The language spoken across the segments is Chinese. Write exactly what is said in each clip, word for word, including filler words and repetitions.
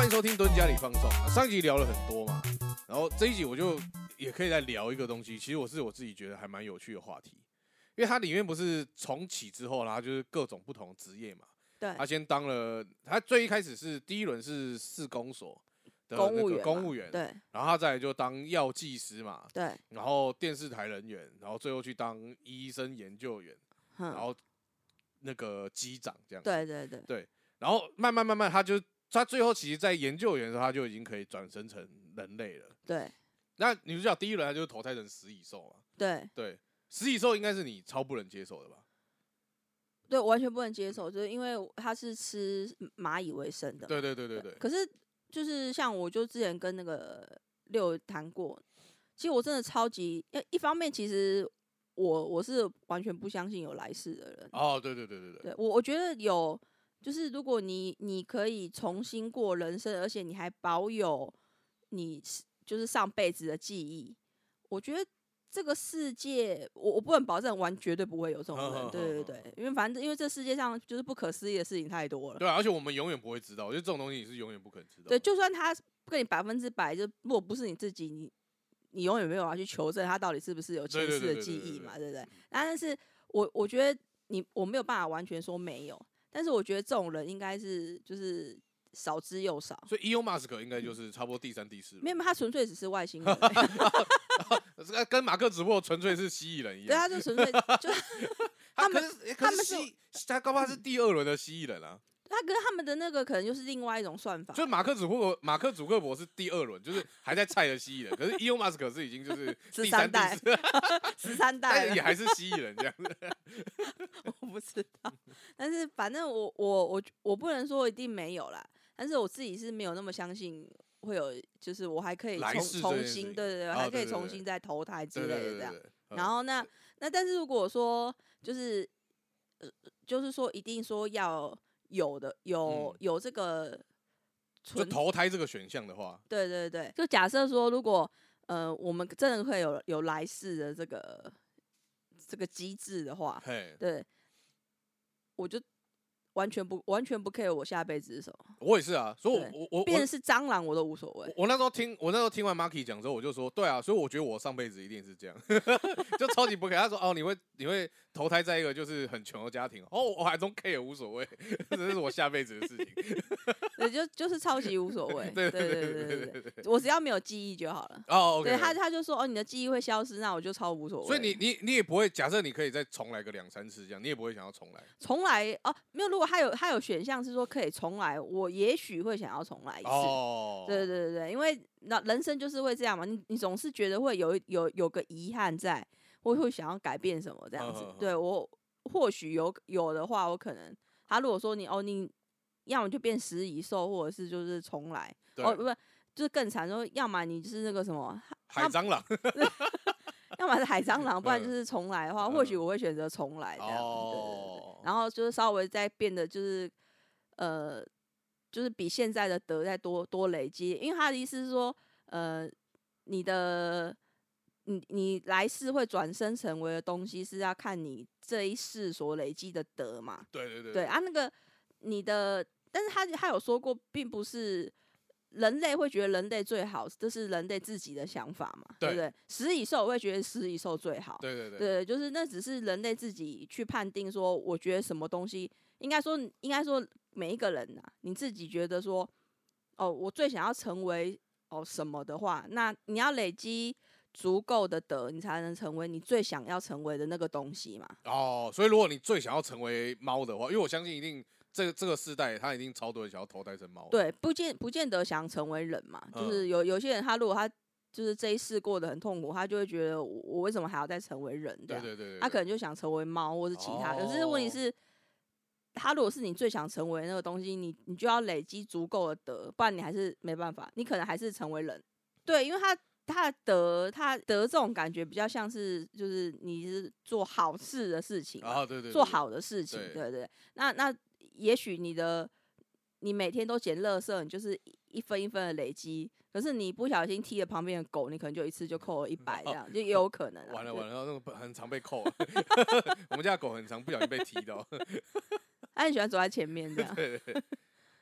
迎收听蹲家里放送。上一集聊了很多嘛，然后这一集我就也可以再聊一个东西，其实我是我自己觉得还蛮有趣的话题，因为它里面不是重启之后，然后就是各种不同职业嘛。 对， 他先当了，他最一开始是第一轮是市公所的那个公务员， 对， 然后他再来就当药剂师嘛， 对， 然后电视台人员，然后最后去当医生研究员， 嗯、 然后那个机长这样。 对对对对，然后慢慢慢慢，他就他最后其实，在研究员的时候，他就已经可以转生成人类了。 对， 那女主角第一轮他就是投胎成食蚁兽嘛。 对对，食蚁兽应该是你超不能接受的吧？ 对，完全不能接受，就是因为他是吃蚂蚁为生的。 对对对对对。 可是就是像我就之前跟那个六谈过，其实我真的超级，一方面其实我我是完全不相信有来世的人。 哦，对对对对对。 对我我觉得有，就是如果你你可以重新过人生，而且你还保有你就是上辈子的记忆，我觉得。这个世界，我我不能保证完绝对不会有这种人， 呵呵呵对对对，因为反正因为这世界上就是不可思议的事情太多了。 对啊，而且我们永远不会知道，我觉得这种东西你是永远不可能知道。 对，就算他跟你百分之百，就如果不是你自己，你你永远没有办法去求证他到底是不是有前世的记忆嘛，对不对？但是我我觉得你我没有办法完全说没有，但是我觉得这种人应该是就是少之又少。 所以 Elon Musk 应该就是差不多第三、第四。 没有，他纯粹只是外星人、 欸，跟马克·祖克伯纯粹是蜥蜴人一样。 对，他就纯粹就他们他们是他搞不好是第二轮的蜥蜴人啊。 他跟他们的那个可能就是另外一种算法， 就是马克·祖克伯，马克·祖克伯是第二轮，就是还在菜的蜥蜴人，可是 Elon Musk 是已经就是第三代， 十三代， 但也还是蜥蜴人这样子。 我不知道，但是反正我我我我不能说一定没有啦，但是我自己是没有那么相信会有，就是我还可以重重新，对对对，还可以重新再投胎之类的这样。然后那那但是如果说就是呃就是说一定说要。有的有、嗯、有这个就投胎这个选项的话， 对对对，就假设说如果呃我们真的会有有来世的这个这个机制的话，对，我就完全不完全不 care 我下辈子是什么。 我也是啊，所以我我我变成是蟑螂我都无所谓。 我那时候听我那时候听完 Marky 讲之后，我就说对啊，所以我觉得我上辈子一定是这样，就超级不 care。他说哦，你会你会投胎在一个就是很穷的家庭，哦，我还don't care 无所谓，这是我下辈子的事情。 对，就就是超级无所谓。 对对对对对对，我只要没有记忆就好了。 哦， okay, 对他他就说哦，你的记忆会消失，那我就超无所谓。 所以你你你也不会假设你可以再重来个两三次这样，你也不会想要重来。 重来哦，没有，如果他有他有选项是说可以重来，我也许会想要重来一次。哦，对对对对，因为那人生就是会这样嘛，你你总是觉得会有有有个遗憾在，或会想要改变什么这样子。呵呵呵，对我或许有有的话，我可能他如果说你哦你要么就变食蚁兽，或者是就是重来，哦不就是更惨，说要么你就是那个什么海蟑螂。 要么是海蟑螂，不然就是重来的话，或许我会选择重来这样。哦、对对对，然后就是稍微再变得就是呃，就是比现在的德再多多累积，因为他的意思是说，呃，你的你你来世会转生成为的东西，是要看你这一世所累积的德嘛。 对对对。 对啊，那个你的，但是他他有说过，并不是。人类会觉得人类最好，这是人类自己的想法嘛， 对, 对不对？食蚁兽会觉得食蚁兽最好， 对对对， 对，就是那只是人类自己去判定说，我觉得什么东西，应该说应该说每一个人啊，你自己觉得说，哦，我最想要成为哦什么的话，那你要累积足够的德，你才能成为你最想要成为的那个东西嘛。 哦，所以如果你最想要成为猫的话，因为我相信一定。这个这个世代，他一定超多人想要投胎成猫。 对，不见不见得想成为人嘛，嗯、就是有有些人，他如果他就是这一世过得很痛苦，他就会觉得我我为什么还要再成为人？这样， 对对 对, 对， 他可能就想成为猫或是其他。 哦、 可是问题是，他如果是你最想成为的那个东西，你你就要累积足够的德，不然你还是没办法，你可能还是成为人。对，因为他他的德，他德这种感觉比较像是就是你是做好事的事情， 哦、对, 对, 对, 对， 做好的事情， 对对 对, 对。那那。也许你的你每天都捡垃圾，你就是一分一分的累积。可是你不小心踢了旁边的狗，你可能就一次就扣了一百，这样、哦、就也有可能、啊。 完了完了，那个很常被扣、啊。我们家的狗很常不小心被踢到。 它很喜欢走在前面这样。 对对对。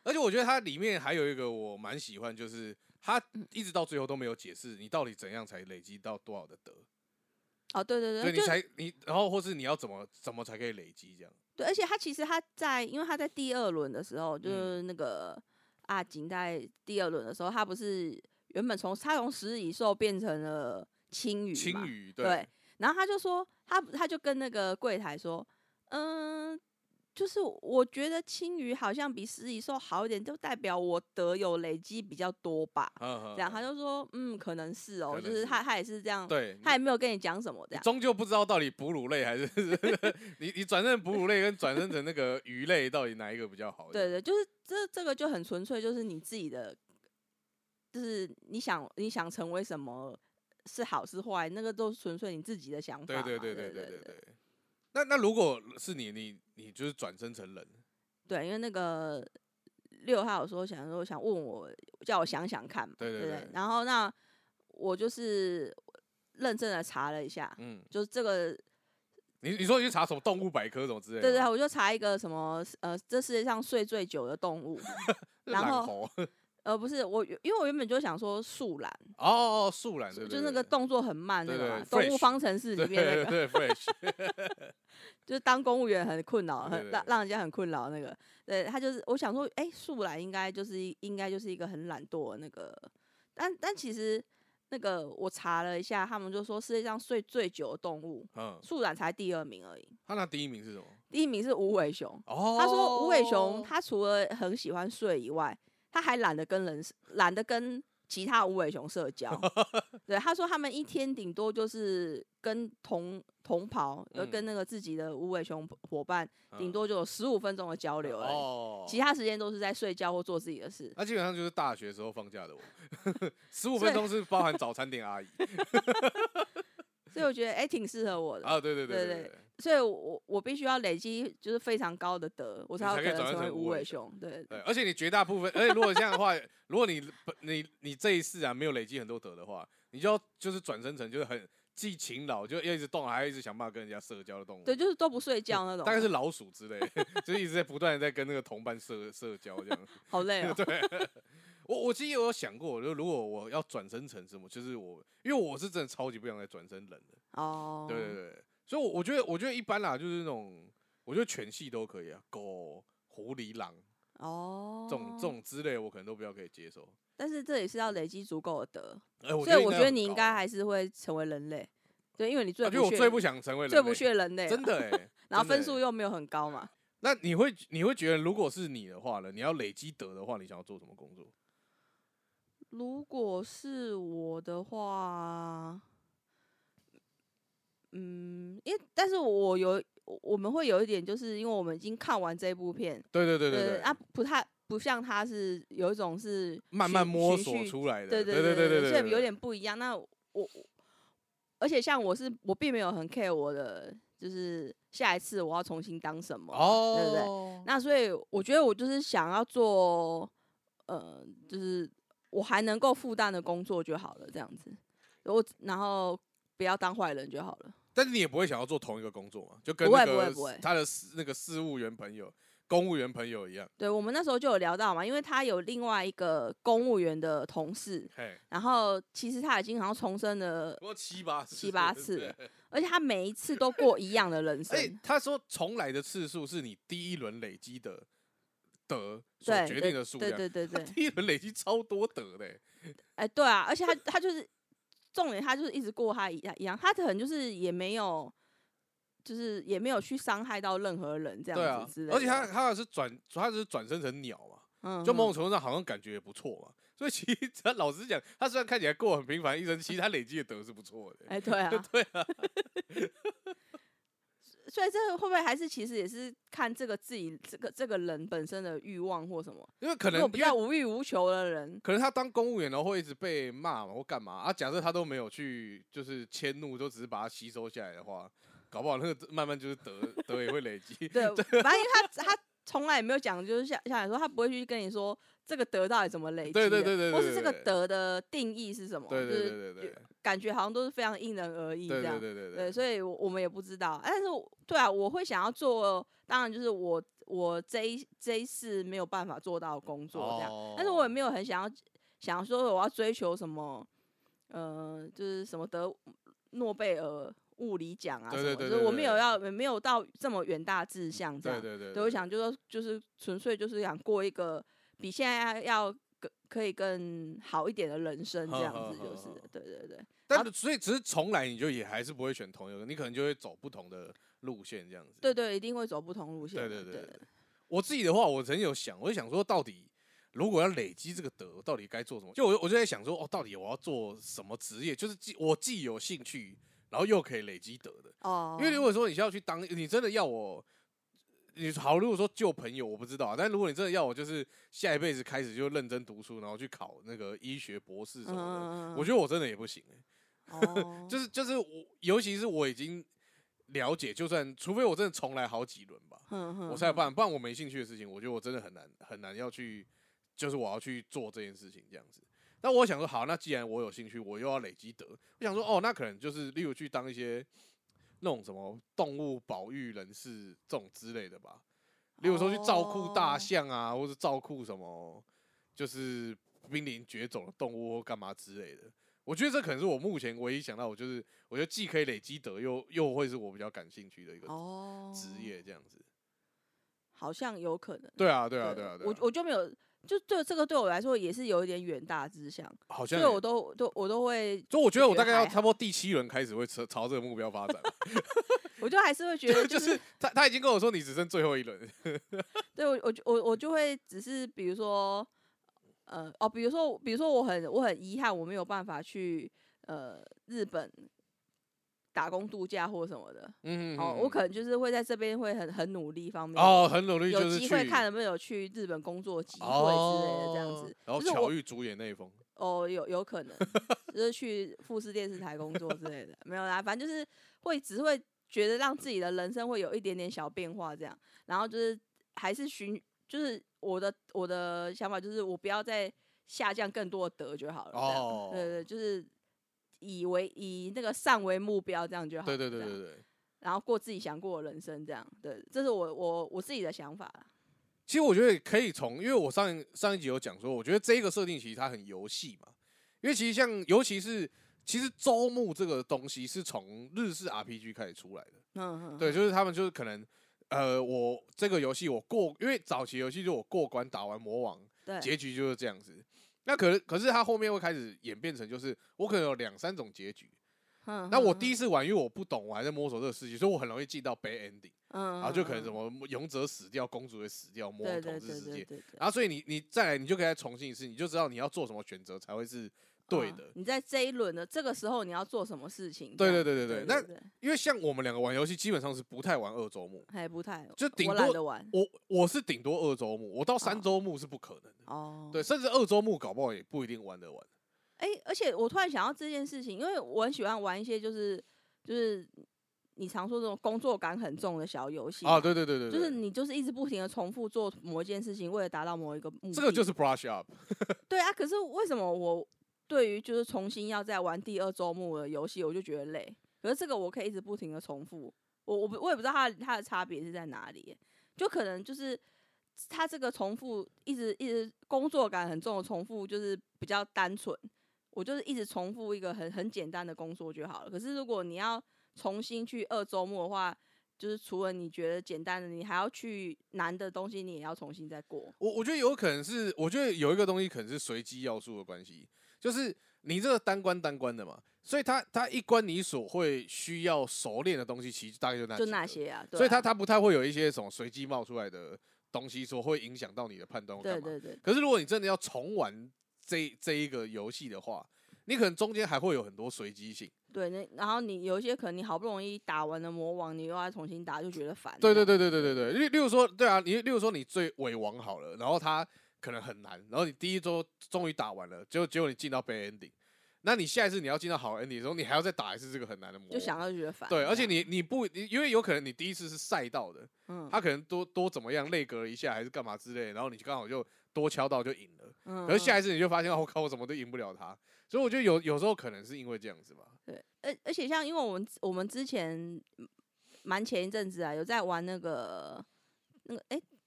而且我觉得它里面还有一个我蛮喜欢，就是它一直到最后都没有解释你到底怎样才累积到多少的德。 哦，对对对，对你才你，然后或是你要怎么怎么才可以累积这样。 对，而且他其实他在，因为他在第二轮的时候，就是那个阿景在第二轮的时候，他不是原本从他从食蚁兽变成了青鱼嘛， 青鱼 对, 对，然后他就说他他就跟那个柜台说，嗯。就是我觉得青鱼好像比食蚁兽好一点，就代表我德有累积比较多吧。 呵呵呵这样他就说，嗯，可能是哦、喔， 是就是他他也是这样， 对， 他也没有跟你讲什么这样， 终究不知道到底哺乳类还是你你转成哺乳类跟转生成那个鱼类到底哪一个比较好？ 对对，就是这这个就很纯粹，就是你自己的，就是你想你想成为什么是好是坏，那个都是纯粹你自己的想法。 对对对对对对对。那那如果是你，你你就是转生成人？ 对，因为那个六他有说想说想问我，叫我想想看嘛， 对对 对, 对, 对。然后那我就是认真的查了一下，嗯，就是这个， 你你说你去查什么动物百科什么之类的？ 对对，我就查一个什么呃，这世界上睡最久的动物，然后。呃，不是我，因为我原本就想说树懒哦，树懒， 就那个动作很慢那个嘛， 对对动物方程式里面那个， 对对对就是当公务员很困扰，很让让人家很困扰那个。对，他就是我想说，哎、欸，树懒应该就是应该就是一个很懒惰的那个，但但其实那个我查了一下，他们就说世界上睡最久的动物，嗯，树懒才第二名而已。 他那第一名是什么？ 第一名是无尾熊。 哦， 他说无尾熊，他除了很喜欢睡以外，他还懒得跟人，懒得跟其他无尾熊社交。对，他说他们一天顶多就是跟同同袍，嗯、跟那个自己的无尾熊伙伴，顶多就有十五分钟的交流而已。哦，其他时间都是在睡觉或做自己的事。 那基本上就是大学时候放假的我，十五分钟是包含早餐店阿姨。 所以我觉得哎、欸，挺适合我的啊！对对对对对, 对, 对, 对。所以我我必须要累积就是非常高的德，我才有可能成为无尾熊。对 对, 对，而且你绝大部分，而且如果这样的话，如果你你你这一世啊没有累积很多德的话，你就要就是转生成就是很既勤劳，就要一直动，还要一直想办法跟人家社交的动物。 对，就是都不睡觉那种。 大概是老鼠之类的，就是一直在不断的在跟那个同伴社社交这样。 好累哦。 对。我我其实有想过，就如果我要转生成什么，就是我，因为我是真的超级不想再转生人的。哦。对对对，所以我，我觉得，我觉得一般啦，就是那种，我觉得犬系都可以啊，狗、狐狸、狼，哦，这种这种之类，我可能都比较可以接受。 但是这也是要累积足够的德， 欸、所以我觉得你应该还是会成为人类。对，因为你最不屑， 我觉得我最不想成为人类， 最不屑人类， 真的哎、欸。 然后分数又没有很高嘛。 那你会你会觉得，如果是你的话呢？你要累积德的话，你想要做什么工作？ 如果是我的话，嗯，因为但是我有我们会有一点，就是因为我们已经看完这部片， 对对对对对， 啊，不太不像他是有一种是慢慢摸索出来的， 对对对对对，所以有点不一样。那我而且像我是我并没有很 care 我的，就是下一次我要重新当什么，哦、对不对？那所以我觉得我就是想要做，呃，就是。我还能够负担的工作就好了，这样子，我然后不要当坏人就好了。 但是你也不会想要做同一个工作嘛？就跟那个他的那个事务员朋友、公务员朋友一样。 对，我们那时候就有聊到嘛，因为他有另外一个公务员的同事，然后其实他已经好像重生了七八次， 七八次，而且他每一次都过一样的人生。 欸、他说重来的次数是你第一轮累积的。德所决定的数量， 对对对对， 他第一轮累积超多德的、欸， 哎、欸，对啊，而且他他就是重点，他就是一直过他一样一样，他可能就是也没有，就是也没有去伤害到任何人这样子之类的。 对啊，而且他他是转他是转生成鸟嘛，嗯，就某种程度上好像感觉也不错嘛。所以其实他老实讲，他虽然看起来过很平凡一生，其实他累积的德是不错的、 欸。哎、欸，对啊， 对啊。 所以这个会不会还是其实也是看这个自己这个这个人本身的欲望或什么？ 因为可能比较无欲无求的人， 可能他当公务员然后会一直被骂嘛或干嘛啊？假设他都没有去就是迁怒，就只是把它吸收下来的话，搞不好那个慢慢就是德德也会累积。 对，反正因为他他从来也没有讲，就是下下来说他不会去跟你说这个德到底怎么累积， 对对对对， 或是这个德的定义是什么？ 对对对对对， 感觉好像都是非常因人而异这样。 对对对对对，所以我们也不知道。但是对啊，我会想要做，当然就是我我这一这一世没有办法做到的工作这样， 哦、 但是我也没有很想要想说我要追求什么，呃，就是什么得诺贝尔物理奖啊什么， 对对对对对， 就是我没有要没有到这么远大志向这样， 对对 对, 对, 对，我想就说就是纯粹就是想过一个比现在要可以更好一点的人生这样子，就是对对对。 但所以只是重来，你就也还是不会选同一个，你可能就会走不同的路线这样子。 对对，一定会走不同路线。 对对 对, 对, 对。我自己的话，我曾经有想，我就想说，到底如果要累积这个德，到底该做什么？就我我就在想说，哦，到底我要做什么职业？就是既我既有兴趣，然后又可以累积德的。哦。因为如果说你要去当，你真的要我。你好，如果说救朋友，我不知道，但如果你真的要我，就是下一辈子开始就认真读书，然后去考那个医学博士什么的，嗯、我觉得我真的也不行哎、欸。哦、就是就是我，尤其是我已经了解，就算除非我真的重来好几轮吧，嗯嗯、我才有办法，不然我没兴趣的事情，我觉得我真的很难很难要去，就是我要去做这件事情这样子。但我想说，好，那既然我有兴趣，我又要累积德，我想说，哦，那可能就是例如去当一些。那种什么动物保育人士这种之类的吧，例如说去照顾大象啊， oh. 或者照顾什么就是濒临绝种的动物或干嘛之类的。我觉得这可能是我目前唯一想到，我就是我觉得既可以累积德，又又会是我比较感兴趣的一个职业，这样子。Oh. 好像有可能。 对啊，对啊，对啊，对啊。 我我就没有。就对这个对我来说也是有一点远大志向， 好像所以我都都我都会， 就我觉得我大概要差不多第七轮开始会朝这个目标发展。 我就还是会觉得、 就是，就是他他已经跟我说你只剩最后一轮。 对我我我我就会只是比如说，呃哦，比如说比如说我很我很遗憾我没有办法去呃日本。打工度假或什么的，嗯，哦，我可能就是会在这边会很很努力方面， 哦，很努力，就是有机会看能不能有去日本工作机会之类的这样子， 然后巧遇主演那一封， 哦，有有可能，就是去富士电视台工作之类的，没有啦，反正就是会只会觉得让自己的人生会有一点点小变化这样，然后就是还是寻，就是我的我的想法就是我不要再下降更多的德就好了，哦，对对，就是。以为以那个善为目标，这样就好。 对对对对对。 然后过自己想过的人生，这样对，这是我我我自己的想法啦。 其实我觉得可以从，因为我上一上一集有讲说，我觉得这个设定其实它很游戏嘛。因为其实像，尤其是其实周目这个东西是从日式 R P G 开始出来的。嗯嗯。对，就是他们就是可能，呃，我这个游戏我过，因为早期游戏就我过关打完魔王，对，结局就是这样子。那可可是他后面会开始演变成，就是我可能有两三种结局。嗯，那我第一次玩，因为我不懂，我还在摸索这个世界，所以我很容易进到 bad ending。嗯，然后就可能什么勇者死掉，公主也死掉，魔王统治世界。然后所以你你再来，你就可以再重新一次，你就知道你要做什么选择才会是对的。 嗯、你在这一轮的这个时候，你要做什么事情？ 对对对对对。那因为像我们两个玩游戏，基本上是不太玩二周目， 还不太， 就顶多我懒得玩。我我是顶多二周目，我到三周目是不可能的。哦，对，甚至二周目搞不好也不一定玩得完。 哎、欸，而且我突然想到这件事情，因为我很喜欢玩一些就是就是你常说这种工作感很重的小游戏啊，对对对 对, 对， 就是你就是一直不停的重复做某一件事情，为了达到某一个目的。 这个就是 brush up。 对啊，可是为什么我对于就是重新要再玩第二周目的游戏，我就觉得累？可是这个我可以一直不停的重复，我我我也不知道它它的差别是在哪里，就可能就是它这个重复一直一直工作感很重的重复，就是比较单纯。我就是一直重复一个很很简单的工作就好了。可是如果你要重新去二周目的话，就是除了你觉得简单的，你还要去难的东西，你也要重新再过。 我我觉得有可能是，我觉得有一个东西可能是随机要素的关系，就是你这个单关单关的嘛，所以它它一关你所会需要熟练的东西，其实大概就那就那些啊，对啊， 所以它它不太会有一些什么随机冒出来的东西，说会影响到你的判断或干嘛。 对对对。 可是如果你真的要重玩这这一个游戏的话，你可能中间还会有很多随机性。 对，那然后你有一些可能你好不容易打完了魔王，你又要重新打，就觉得烦。 对对对对对对对，例例如说，对啊，你例如说你最尾王好了，然后它可能很难，然后你第一周终于打完了，结果结果你进到 bad ending， 那你下一次你要进到好 ending 的时候，你还要再打一次这个很难的魔王， 就想到就觉得烦。 对，而且你你不，因为有可能你第一次是赛到的，嗯，他可能多多怎么样内格了一下还是干嘛之类的，然后你刚好就多敲到就赢了，嗯，可是下一次你就发现我靠，我怎么都赢不了他。所以我觉得有有时候可能是因为这样子吧。 对，而而且像因为我们我们之前蛮前一阵子啊，有在玩那个那个哎、欸、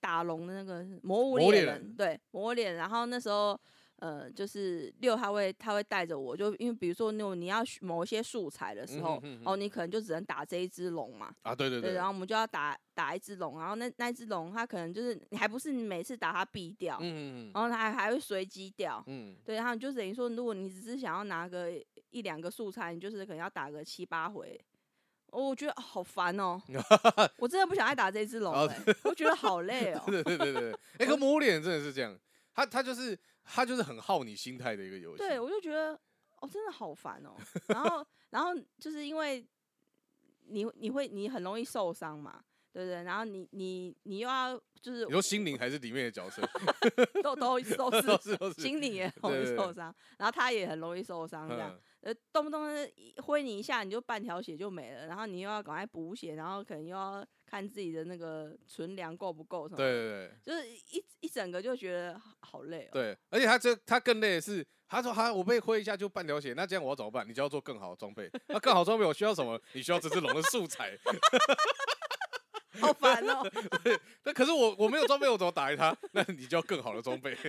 打龙的那个魔物猎人，人对魔物猎人。然后那时候呃，就是六他会他会带着我，就因为比如说那种你要某一些素材的时候，嗯、哼哼哼哦，你可能就只能打这一只龙嘛。 啊，对对 对, 对。然后我们就要打打一只龙，然后那那只龙它可能就是你还不是你每次打它必掉，嗯、然后它还还会随机掉，嗯，对。然后就等于说，如果你只是想要拿个一两个素材，你就是可能要打个七八回。我觉得、哦、好烦哦，我真的不想再打这只龙了、欸，我觉得好累哦。 对对对对，哎、欸，可魔物猎人真的是这样，他他就是他就是很耗你心态的一个游戏。 对，我就觉得哦，真的好烦哦。然后然后就是因为你你会你很容易受伤嘛，对不对？然后你你你又要就是你说心灵还是里面的角色， 都都都是都是都是心灵也很容易受伤，然后他也很容易受伤，这样。嗯呃，动不动挥你一下，你就半条血就没了，然后你又要赶快补血，然后可能又要看自己的那个存粮够不够什么。 对对对， 就是一一整个就觉得好累哦。 对，而且他这他更累的是，他说他我被挥一下就半条血，那这样我要怎么办？你就要做更好的装备。那更好装备我需要什么？你需要这只龙的素材。 好烦哦。 对，那可是我我没有装备，我怎么打赢他？那你就要更好的装备。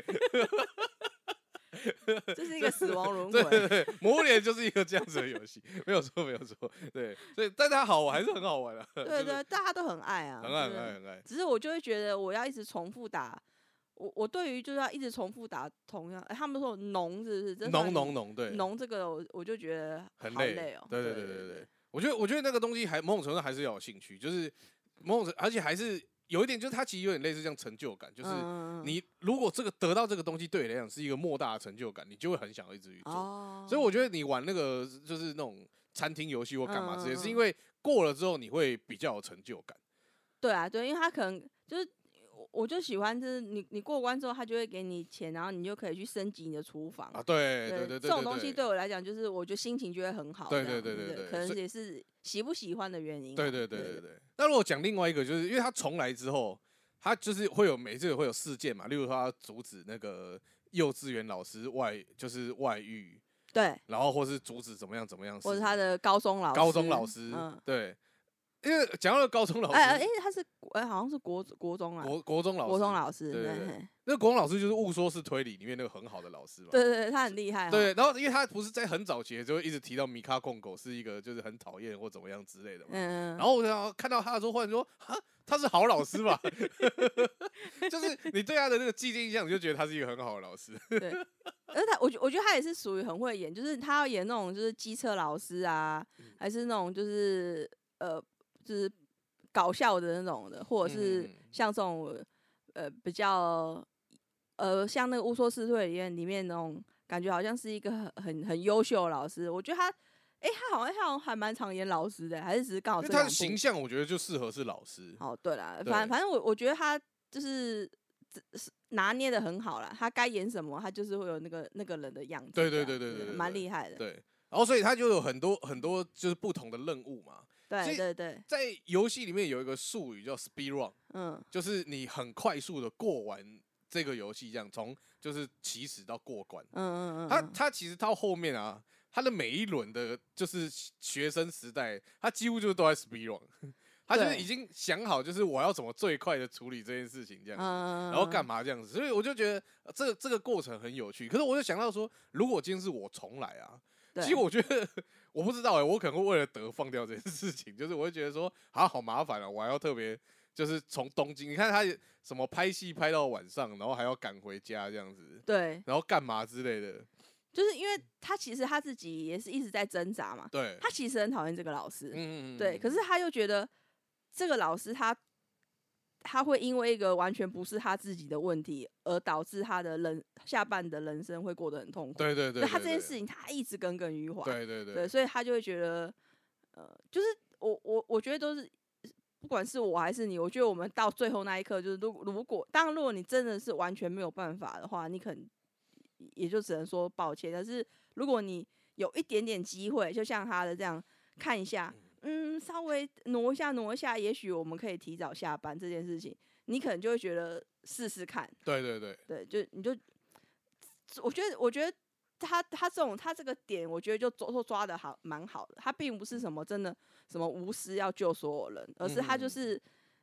这是一个死亡轮回。对对对，魔物猎人就是一个这样子的游戏，没有错没有错。对，所以但它好玩还是很好玩的、啊。 对对，就是、大家都很爱啊， 很爱很爱很爱。 只是我就会觉得我要一直重复打，我我对于就是要一直重复打同样，欸、他们说农是不是？ 农农农对。 农这个我我就觉得很累累哦。 对对对对对，我觉得我觉得那个东西还某种程度还是要有兴趣，就是某种而且还是。有一点就是它其实有点类似像成就感，就是你如果这个得到这个东西对你来讲是一个莫大的成就感，你就会很想要一直去做。哦、所以我觉得你玩那个就是那种餐厅游戏或干嘛之类，是因为过了之后你会比较有成就感。 对啊，对，因为他可能就是我就喜欢就是你你过关之后，他就会给你钱，然后你就可以去升级你的厨房啊。对对对对， 这种东西对我来讲就是我觉得心情就会很好。 对对对对对， 可能也是喜不喜欢的原因。 对对对对对。那如果讲另外一个，就是因为他重来之后。他就是会有每次会有事件嘛，例如他要阻止那个幼稚园老师外就是外遇， 对， 然后或是阻止怎么样怎么样， 或者他的高中老师， 高中老师，嗯、对，因为讲到高中老师，哎哎、欸，他是哎、欸、好像是国国中啊， 国国中老师， 国中老师， 对对对，那个国中老师就是误说是推理里面那个很好的老师嘛， 对对对，他很厉害、哦， 对，然后因为他不是在很早期就会一直提到米卡控狗是一个就是很讨厌或怎么样之类的嘛，嗯，然后我看到他的时候，忽然说哈。他是好老师吧？就是你对他的那个既定印象，你就觉得他是一个很好的老师。 对，而他我觉我觉得他也是属于很会演，就是他要演那种就是机车老师啊，嗯、还是那种就是呃就是搞笑的那种的，或者是像这种、嗯、呃比较呃像那个《乌说四退》里面里面那种感觉，好像是一个很很很优秀的老师。我觉得他。哎、欸，他好像他好像还蛮常演老师的，还是只是刚好这两部。 他的形象我觉得就适合是老师。 哦，对啦，反反正我我觉得他就是拿捏的很好啦，他该演什么，他就是会有那个那个人的样子。 对对对对对对， 蛮厉害的。 对，然后所以他就有很多很多就是不同的任务嘛。 对对对， 在游戏里面有一个术语叫 speed run， 嗯，就是你很快速的过完这个游戏，这样从就是起始到过关。嗯嗯嗯，他他其实到后面啊。他的每一轮的，就是学生时代，他几乎就是都在 speed run， 他就是已经想好，就是我要怎么最快的处理这件事情这样子，嗯、然后干嘛这样子，所以我就觉得这这个过程很有趣。可是我就想到说，如果今天是我重来啊，其实我觉得我不知道哎、欸，我可能会为了得放掉这件事情，就是我会觉得说啊，好麻烦啊，我还要特别就是从东京，你看他什么拍戏拍到晚上，然后还要赶回家这样子， 对， 然后干嘛之类的。 就是因为他其实他自己也是一直在挣扎嘛， 对， 他其实很讨厌这个老师， 嗯嗯对，可是他又觉得这个老师他他会因为一个完全不是他自己的问题，而导致他的人下半的人生会过得很痛苦， 对对 对, 对, 对, 对， 他这件事情他一直耿耿于怀， 对对 对, 对，所以他就会觉得，呃，就是我我我觉得都是。不管是我还是你，我觉得我们到最后那一刻，就是如如果当然，如果你真的是完全没有办法的话，你可能也就只能说抱歉。但是如果你有一点点机会，就像他的这样看一下，嗯，稍微挪一下挪一下，也许我们可以提早下班这件事情，你可能就会觉得试试看。 对对对， 对，就你就，我觉得我觉得他他这种他这个点，我觉得就抓抓的好蛮好的。他并不是什么真的什么无私要救所有人，而是他就是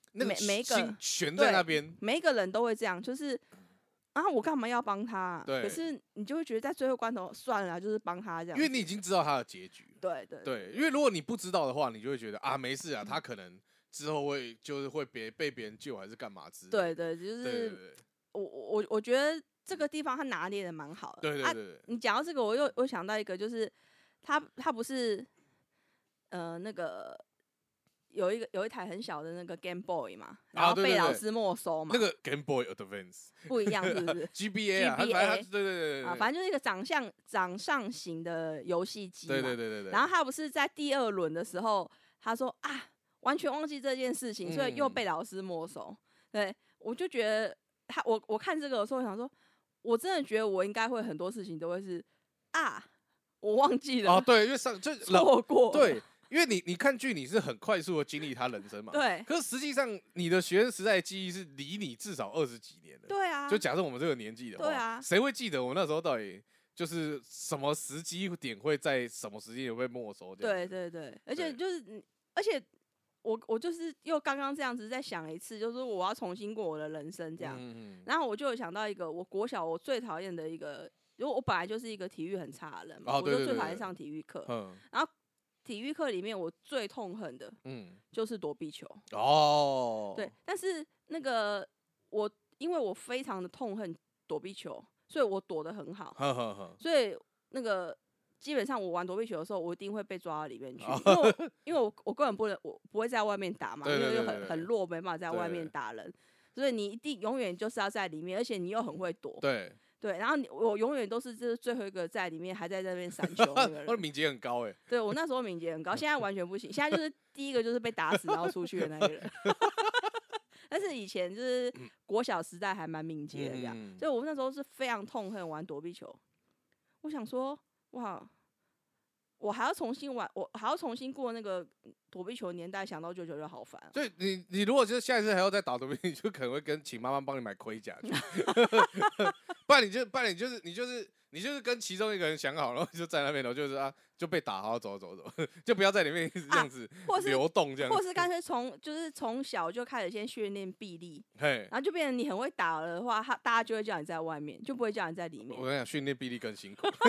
那个每每一个悬在那边， 每一个人都会这样，就是啊，我干嘛要帮他、啊？ 对。 可是你就会觉得在最后关头算了、啊，就是帮他这样。 因为你已经知道他的结局。 对对对, 对，因为如果你不知道的话，你就会觉得啊，没事啊，他可能之后会就是会别被别人救还是干嘛之类的。 对对，就是对对对我我我觉得这个地方他拿捏的蛮好的。 对对对对。 啊、你讲到这个，我又我想到一个，就是他他不是呃那个。有一个有一台很小的那个 Game Boy 嘛，然后被老师没收嘛。 那个 Game Boy Advance 不一样，是不是 ？G B A 啊，反正它对对对对啊，反正就是一个长相掌上型的游戏机嘛。 对对对对对。 然后他不是在第二轮的时候，他说啊，完全忘记这件事情，所以又被老师没收。嗯、对，我就觉得他我我看这个的时候，我想说，我真的觉得我应该会很多事情都会是啊，我忘记了。 哦，对，因为上就错过。 对。因为你你看剧，你是很快速的经历他人生嘛， 对。 可是实际上，你的学生时代的记忆是离你至少二十几年的。 对啊。 就假设我们这个年纪的话， 对啊， 谁会记得我那时候到底就是什么时机点会在什么时间点被没收？ 对对对，而且就是，而且我我就是又刚刚这样子再想一次，就是我要重新过我的人生这样。嗯嗯。然后我就有想到一个，我国小我最讨厌的一个，因为我本来就是一个体育很差的人嘛， 哦、对对对对， 我就最讨厌上体育课。嗯。然后。体育课里面我最痛恨的，嗯，就是躲避球。哦，对，但是那个我因为我非常的痛恨躲避球，所以我躲得很好。呵呵呵，所以那个基本上我玩躲避球的时候，我一定会被抓到里面去，因为我因为我我根本不能，我不会在外面打嘛， 对对对对， 因为就很很弱，没办法在外面打人，所以你一定永远就是要在里面，而且你又很会躲。 对。 对，然后你我永远都是就是最后一个在里面还在那边闪球那个人。 我的敏捷很高哎、欸。 对，我那时候敏捷很高，现在完全不行。现在就是第一个就是被打死然后出去的那个人。但是以前就是国小时代还蛮敏捷的这样，嗯、所以我那时候是非常痛恨玩躲避球。我想说，哇，我还要重新玩，我还要重新过那个躲避球年代，想到就觉得好烦、啊。 所以你你如果就是下一次还要再打躲避，你就可能会跟请妈妈帮你买盔甲去。不然你就不然你就是你就是你就是跟其中一个人想好，然后就在那边，然后就是啊就被打，好走走走，就不要在里面一直这样子流动这样子、 啊，或是干脆从就是从小就开始先训练臂力，然后就变成你很会打了的话，他大家就会叫你在外面，就不会叫你在里面。 我跟你讲，训练臂力更辛苦。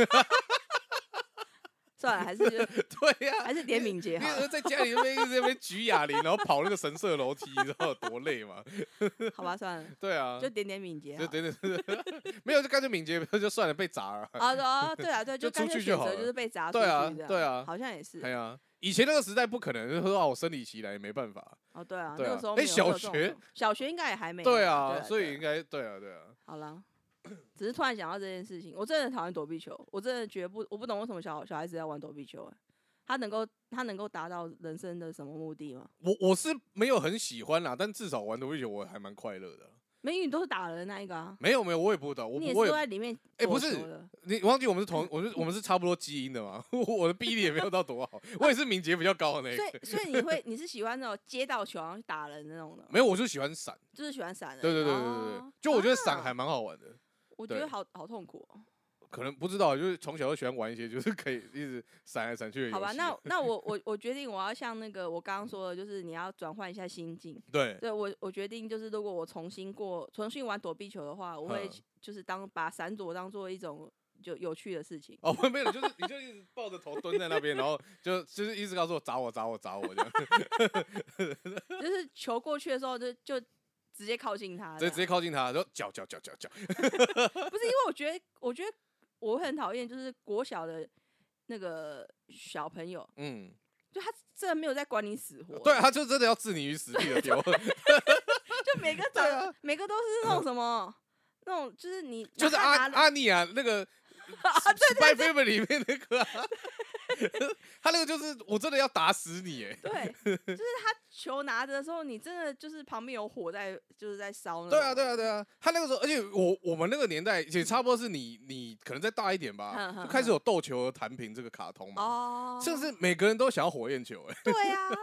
算了，还是对呀、啊， 还是点敏捷好了。 在家里那边一直在那边举哑铃，然后跑那个神社楼梯，你知道有多累吗？ 好吧，算了。 对啊， 就点点敏捷。 就点点，没有就干脆敏捷，就算了，被砸了。 啊啊，对啊，对，就出去就好了， 就是被砸出去。对啊，对啊， 好像也是。 对啊，以前那个时代不可能，就是说我生理期来也没办法。 哦，对啊， 对啊那个时候哎，小学小学应该也还没。 对啊，所以应该对啊，对啊。 好了。只是突然想到这件事情，我真的很讨厌躲避球，我真的觉得不，我不懂为什么小小孩子要玩躲避球、欸，他能够他能够达到人生的什么目的吗？ 我我是没有很喜欢啦，但至少玩躲避球我还蛮快乐的。 美女都是打人的那一个啊？ 没有没有，我也不知道，我你也是都在里面。 哎、欸，不是，你忘记我们是同，我们我们是差不多基因的嘛？我的臂力也没有到多好，我也是敏捷比较高的那个。 所以所以你会你是喜欢那种接到球然后去打人那种的？ 没有，我就喜欢闪， 就是喜欢闪人。 对对对对对对，哦、就我觉得闪还蛮好玩的。啊我觉得好好痛苦哦。 可能不知道，就是从小就喜欢玩一些，就是可以一直闪来闪去的游戏。 好吧，那那我我我决定我要像那个我刚刚说的，就是你要转换一下心境。 对， 对我我决定就是如果我重新过重新玩躲避球的话，我会就是当把闪躲当做一种就有趣的事情。 哦，没有，就是你就一直抱着头蹲在那边，然后就就是一直告诉我砸我砸我砸我这样。 就是球过去的时候就就。直接靠近他， 直接直接靠近他，然后脚脚脚脚脚。 不是因为我觉得，我觉得我很讨厌，就是国小的那个小朋友，嗯，就他真的没有在管你死活， 对，他就真的要置你于死地的丢。 就每个长、啊，每个都是那种什么，那种就是你就是阿阿尼啊那个。Spy Family 里面那个、啊，他那个就是我真的要打死你哎！ 对，就是他球拿着的时候，你真的就是旁边有火在，就是在烧。 对啊，对啊，对啊！他那个时候，而且我我们那个年代也差不多是你你可能再大一点吧，就开始有斗球弹屏这个卡通嘛。哦。甚至每个人都想要火焰球哎。 对啊，所以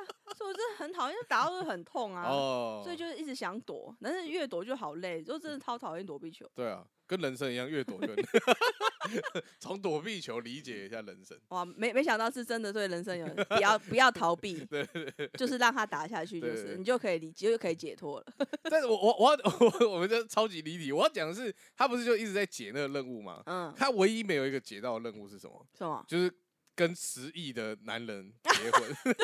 所以我真的很讨厌，打到会很痛啊， 哦， 所以就是一直想躲，但是越躲就好累，就真的超讨厌躲避球。 对啊，跟人生一样，越躲越累。从躲避球理解一下人生。 哇，没没想到是真的对人生有不要不要逃避， 对对对， 就是让他打下去，就对对对是你就可以理解，就可以解脱了。 但是我我我要我我们这超级离题，我要讲的是，他不是就一直在解那个任务吗？ 嗯， 他唯一没有一个解到的任务是什么？ 什么？ 就是跟十亿的男人结婚。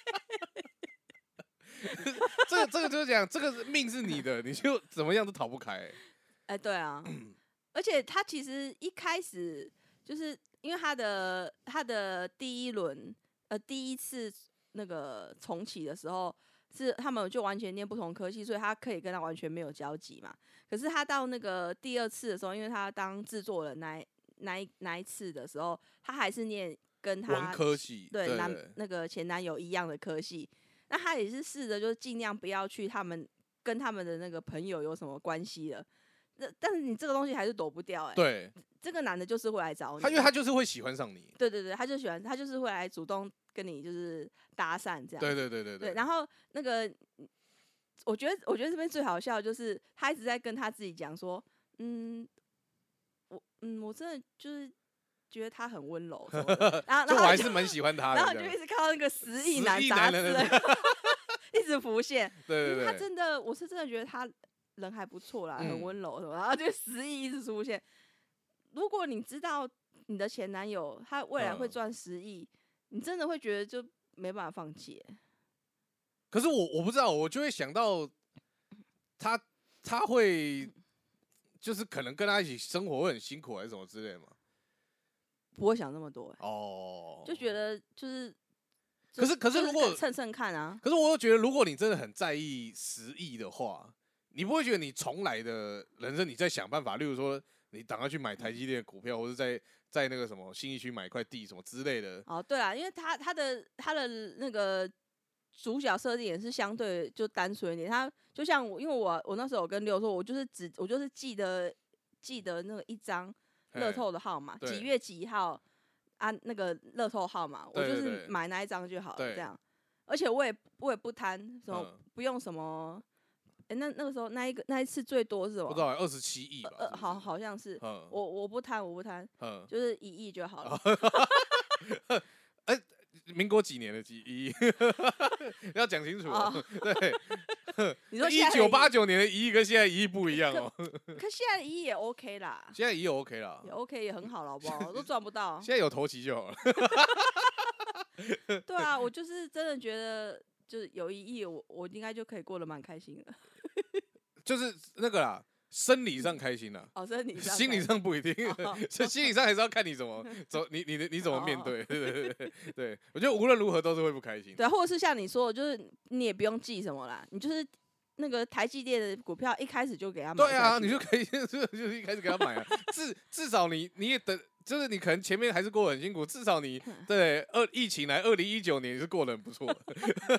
这个这个就是讲，这个命是你的，你就怎么样都逃不开、欸。 哎、欸，对啊，而且他其实一开始就是因为他的他的第一轮呃第一次那个重启的时候，是他们就完全念不同科系，所以他可以跟他完全没有交集嘛。可是他到那个第二次的时候，因为他当制作人那一那一那一次的时候，他还是念跟他文科系对对男那个前男友一样的科系。那他也是试着就是尽量不要去他们跟他们的那个朋友有什么关系了。那但是你这个东西还是躲不掉哎、欸。 对， 这个男的就是会来找你， 他因为他就是会喜欢上你。 对对对，他就喜欢，他就是会来主动跟你就是搭讪这样。 对对对对对。然后那个，我觉得我觉得这边最好笑的就是他一直在跟他自己讲说，嗯，我嗯我真的就是觉得他很温柔什么的，然后就我还是蛮喜欢他的。 然后你就一直看到那个十亿男十亿杂男人志一直浮现。 对对对， 他真的，我是真的觉得他人还不错啦， 嗯、 很温柔什么，然后就十亿一直出现。如果你知道你的前男友他未来会赚十亿、嗯，你真的会觉得就没办法放弃、欸。 可是我我不知道，我就会想到他他会就是可能跟他一起生活会很辛苦还是什么之类的嘛？ 不会想那么多、欸、 哦， 就觉得就是。 可是可是如果蹭蹭看啊， 可是我又觉得，如果你真的很在意十亿的话，你不会觉得你重来的人生，你在想办法，例如说你赶快去买台积电的股票，或者在在那个什么信义区买一块地什么之类的。 哦，对啊，因为他他的他的那个主角设定也是相对就单纯一点，他就像我，因为我我那时候有跟六说，我就是只我就是记得记得那个一张乐透的号码，几月几号。啊，那个乐透号码，我就是买那一张就好了，这样。而且我也我也不贪什么，嗯、不用什么。哎、欸，那那个时候那一个那一次最多是什么？ 不知道，二十七亿吧。 呃，好，好像是。 嗯、 我我不贪，我不贪，嗯、就是一亿就好了。 哎、欸，民国几年的几亿？要讲清楚哦。哦对。 你说一九八九年的一亿跟现在一亿不一样哦。 可现在一亿也 OK 啦。 现在一亿 OK 啦。 也 OK 也很好了，好不好？都赚不到。 现在有头期就好了。 对啊，我就是真的觉得，就是有一亿，我我应该就可以过得蛮开心的。 就是那个啦。生理上开心啦， 哦，生理上， 心理上不一定，所以心理上还是要看你怎么走，你你你怎么面对，对对对对，我觉得无论如何都是会不开心。 对，或者是像你说的，就是你也不用记什么啦，你就是那个台积电的股票一开始就给他买。 对啊，你就可以就是就是一开始给他买啊，至至少你你也等，就是你可能前面还是过得很辛苦，至少你对二疫情来二零一九年是过得很不错的。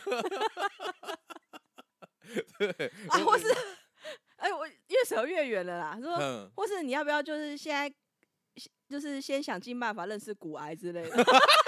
对啊，或是。哎、欸，我越扯越远了啦。说，嗯、或是你要不要就是现在，就是先想尽办法认识股癌之类的，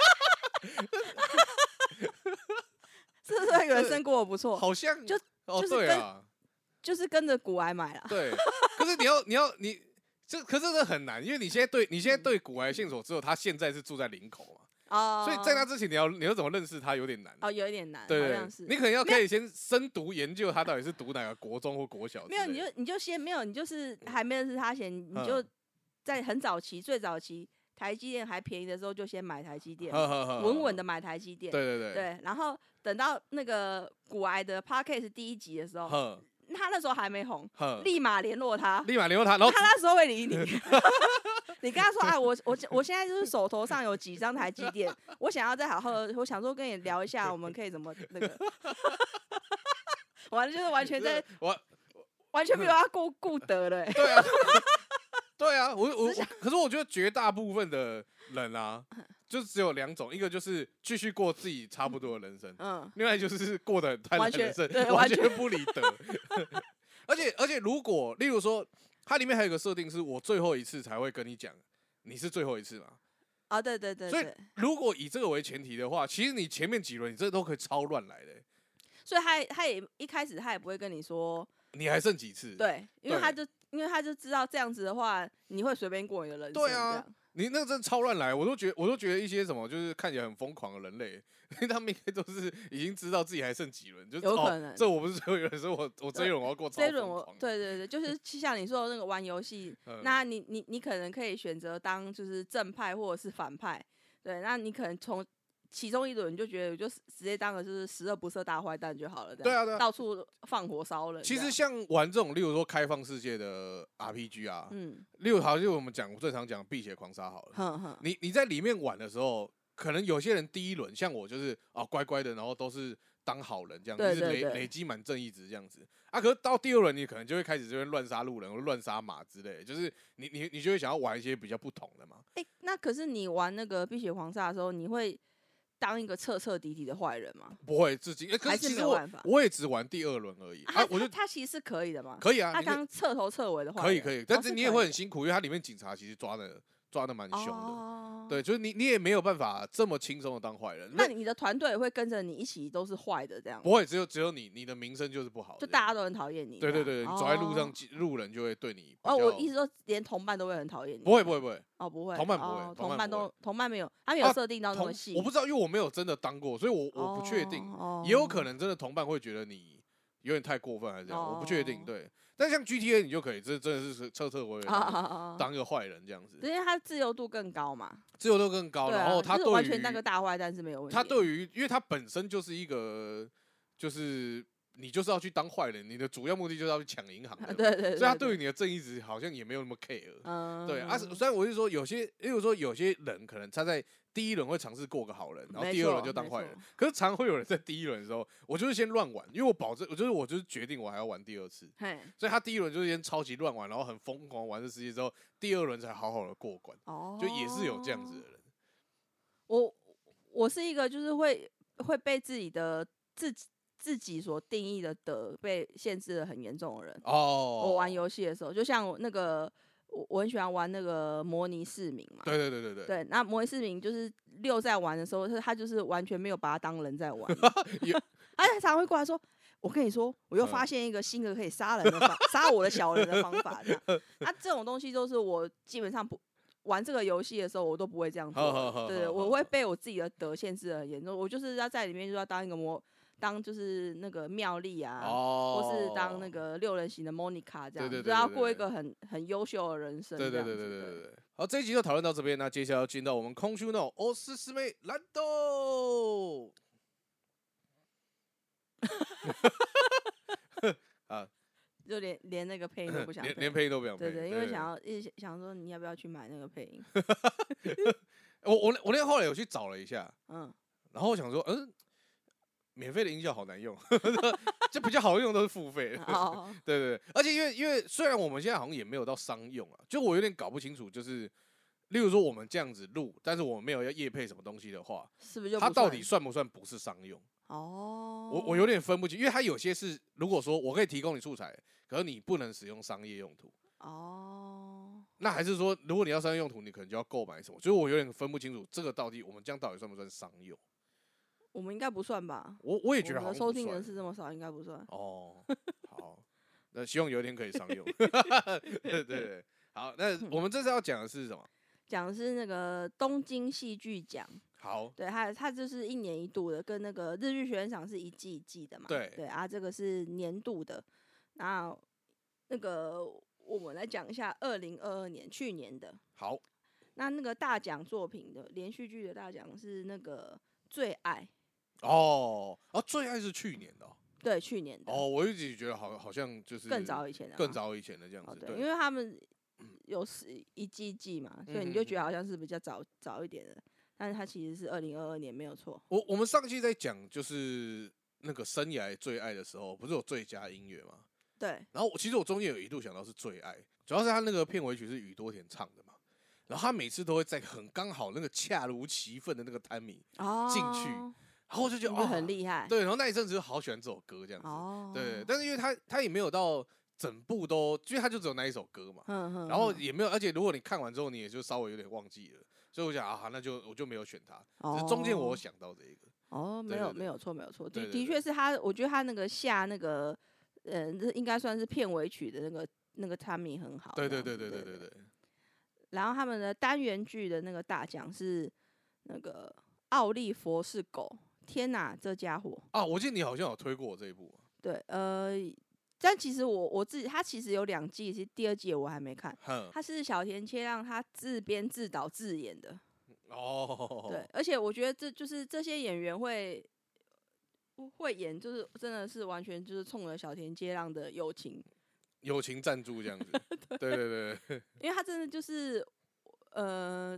是不是人生过得不错？ 好像就哦， 就是对啊， 就是跟着股癌买啦。 对，可是你要你要你这，可是这很难，因为你现在对你现在对股癌线索只有他现在是住在林口嘛。哦，所以在那之前你要你要怎么认识他有点难哦，有一点难， 对好像是你可能要可以先深读研究他到底是读哪个国中或国小。 没有，你就你就先没有，你就是还没认识他前，你就在很早期最早期台积电还便宜的时候就先买台积电，稳稳的买台积电。 对对对对，然后等到那个股癌的 Podcast 第一集的时候，他那时候还没红，立马联络他， 立马联络他，然后他那时候会理你。你跟他说啊，我我我现在就是手头上有几张台积电，我想要再好好的，我想说跟你聊一下，我们可以怎么那个，完了就是完全在， 我完全没有他顾顾得了、欸。 对啊，对啊，我我可是我觉得绝大部分的人啊，就只有两种，一个就是继续过自己差不多的人生，嗯，另外就是过得很贪婪的人生，完全不理得。而且而且，如果例如说。它里面还有一个设定，是我最后一次才会跟你讲，你是最后一次嘛？ 啊、哦，对对 对, 對。 所以如果以这个为前提的话，其实你前面几轮你这都可以超乱来的、欸。 所以他他也一开始他也不会跟你说你还剩几次， 对，因为他就因为他就知道这样子的话，你会随便过你的人生， 对啊。你那个真的超乱来，我都觉得，我都觉得一些什么就是看起来很疯狂的人类，因为他们应该都是已经知道自己还剩几轮，就有可能、 哦、这我不是最后一轮，所以我我这一轮我要过超疯狂。这一轮我对对对，就是像你说的那个玩游戏，嗯、那你你你可能可以选择当就是正派或者是反派，对，那你可能从其中一轮你就觉得我就直接当个就是十恶不赦大坏蛋就好了，对啊对啊， 到处放火烧人。 其实像玩这种，例如说开放世界的 R P G 啊， 嗯， 例如好像我们讲最常讲碧血狂杀好了， 哼哼你你在里面玩的时候，可能有些人第一轮像我就是啊乖乖的，然后都是当好人这样， 对对对就是累累积满正义值这样子啊。可是到第二轮，你可能就会开始这边乱杀路人或乱杀马之类的，就是你你你就会想要玩一些比较不同的嘛。 哎、欸，那可是你玩那个碧血狂杀的时候，你会当一个彻彻底底的坏人吗？ 不会，自己、欸、可是其实我我也只玩第二轮而已啊。我觉得他其实是可以的嘛， 可以啊， 他刚彻头彻尾的坏人可以可以，但是你也会很辛哦苦，因为它里面警察其实抓的抓的蛮凶的， 哦、 对，就是你你也没有办法这么轻松的当坏人。 那你的团队会跟着你一起都是坏的这样？ 不会，只有只有你你的名声就是不好的， 就大家都很讨厌你。 对对对， 哦、 你走在路上，路人就会对你。 哦，我意思说连同伴都会很讨厌你。 不会不会不会。 哦，不会， 同伴不会， 哦、同伴都同伴没有，他没有设定到那么细、 啊。我不知道，因为我没有真的当过，所以我我不确定， 哦、 也有可能真的同伴会觉得你有点太过分还是这样，哦、我不确定。对，但像 G T A 你就可以，这真的是彻彻尾尾当一个坏人这样子， 因为他自由度更高嘛， 自由度更高， 啊、 然后他对于、 就是、完全当个大坏蛋是没有问题。 他对于，因为他本身就是一个就是。你就是要去当坏人，你的主要目的就是要去抢银行的， 对 对, 对, 对， 所以他对于你的正义值好像也没有那么 care， 嗯， 对啊。虽然我是说有些，例如说有些人可能他在第一轮会尝试过个好人，然后第二轮就当坏人，可是常会有人在第一轮的时候，我就是先乱玩，因为我保证，我就是我就是决定我还要玩第二次，所以他第一轮就是先超级乱玩，然后很疯狂玩这世界之后，第二轮才好好的过关，哦，就也是有这样子的人。 我我是一个就是会会被自己的自己。自己所定义的德被限制的很严重的人哦。我玩游戏的时候，就像那个我我很喜欢玩那个模拟市民嘛。 对对对对对。 对，那模拟市民就是六在玩的时候，他就是完全没有把他当人在玩。他常常会过来说：“我跟你说，我又发现一个新的可以杀人的方，杀我的小人的方法。”这样，那这种东西都是我基本上不玩这个游戏的时候，我都不会这样做。对，我会被我自己的德限制的很严重。我就是要在里面就要当一个模。当就是那个妙丽啊，哦、或是当那个六人行的 Monica 这样，就要过一个很很优秀的人生。 对对对对对对对。好，这一集就讨论到这边，那接下来要进到我们空虚那种哦是师妹蓝豆。啊， 就连连那个配音都不想配， 连连配音都不想配。 对 对, 對，因为想要一直想说你要不要去买那个配音。 我我我那后来有去找了一下，嗯，然后我想说，嗯。免费的音效好难用，就比较好用都是付费的。Oh. 对对对，而且因为因为虽然我们现在好像也没有到商用啊，就我有点搞不清楚，就是例如说我们这样子录，但是我们没有要业配什么东西的话， 是不是就它到底算不算不是商用？ 哦、 oh. ，我我有点分不清，因为它有些是如果说我可以提供你素材，可是你不能使用商业用途。哦、oh. ，那还是说如果你要商业用途，你可能就要购买什么？所以我有点分不清楚这个到底我们这样到底算不算商用？ 我们应该不算吧？ 我我也觉得好像不算， 收听人是这么少，应该不算。 哦，好，那希望有一天可以商用。对对对，好，那我们这次要讲的是什么？ 讲的是那个东京戏剧奖。 好， 对，它它就是一年一度的，跟那个日剧学院赏是一季一季的嘛。 对对啊，这个是年度的。那那个我们来讲一下二零二二年去年的。 好， 那那个大奖作品的连续剧的大奖是那个最爱。 哦，啊，最爱是去年的、哦， 对，去年的。 哦，我一直觉得好，好像就是更早以前的， 更早以前的这样子。 哦、对，因为他们有十一季季嘛，所以你就觉得好像是比较早早一点的，但是它其实是二零二二年，没有错。 我我们上期在讲就是那个生涯最爱的时候，不是有最佳音乐吗？ 对。 然后我其实我中间有一度想到是最爱，主要是他那个片尾曲是宇多田唱的嘛。然后他每次都会在很刚好那个恰如其分的那个 timing 进去。哦，然后我就觉得哦很厉害， 对，然后那一阵子就好喜欢这首歌这样子，哦、对，但是因为他他也没有到整部都，因为他就只有那一首歌嘛，呵呵呵然后也没有，而且如果你看完之后，你也就稍微有点忘记了，所以我想啊，那就我就没有选它，哦、只是中间我有想到这一个。 哦，没有没有错没有错，的对的确是他，我觉得他那个下那个，呃，这应该算是片尾曲的那个那个 timing 很好。 对对对对对对对对。 然后他们的单元剧的那个大奖是那个奥利佛是狗，天哪，这家伙！ 啊，我记得你好像有推过我这一部。 对，呃，但其实我我自己，他其实有两季，其实第二季我还没看。他是小田切让他自编自导自演的。 哦。 对，而且我觉得这就是这些演员会会演，就是真的是完全就是冲着小田切让的友情。 友情赞助这样子。对对对对。 因为他真的就是呃。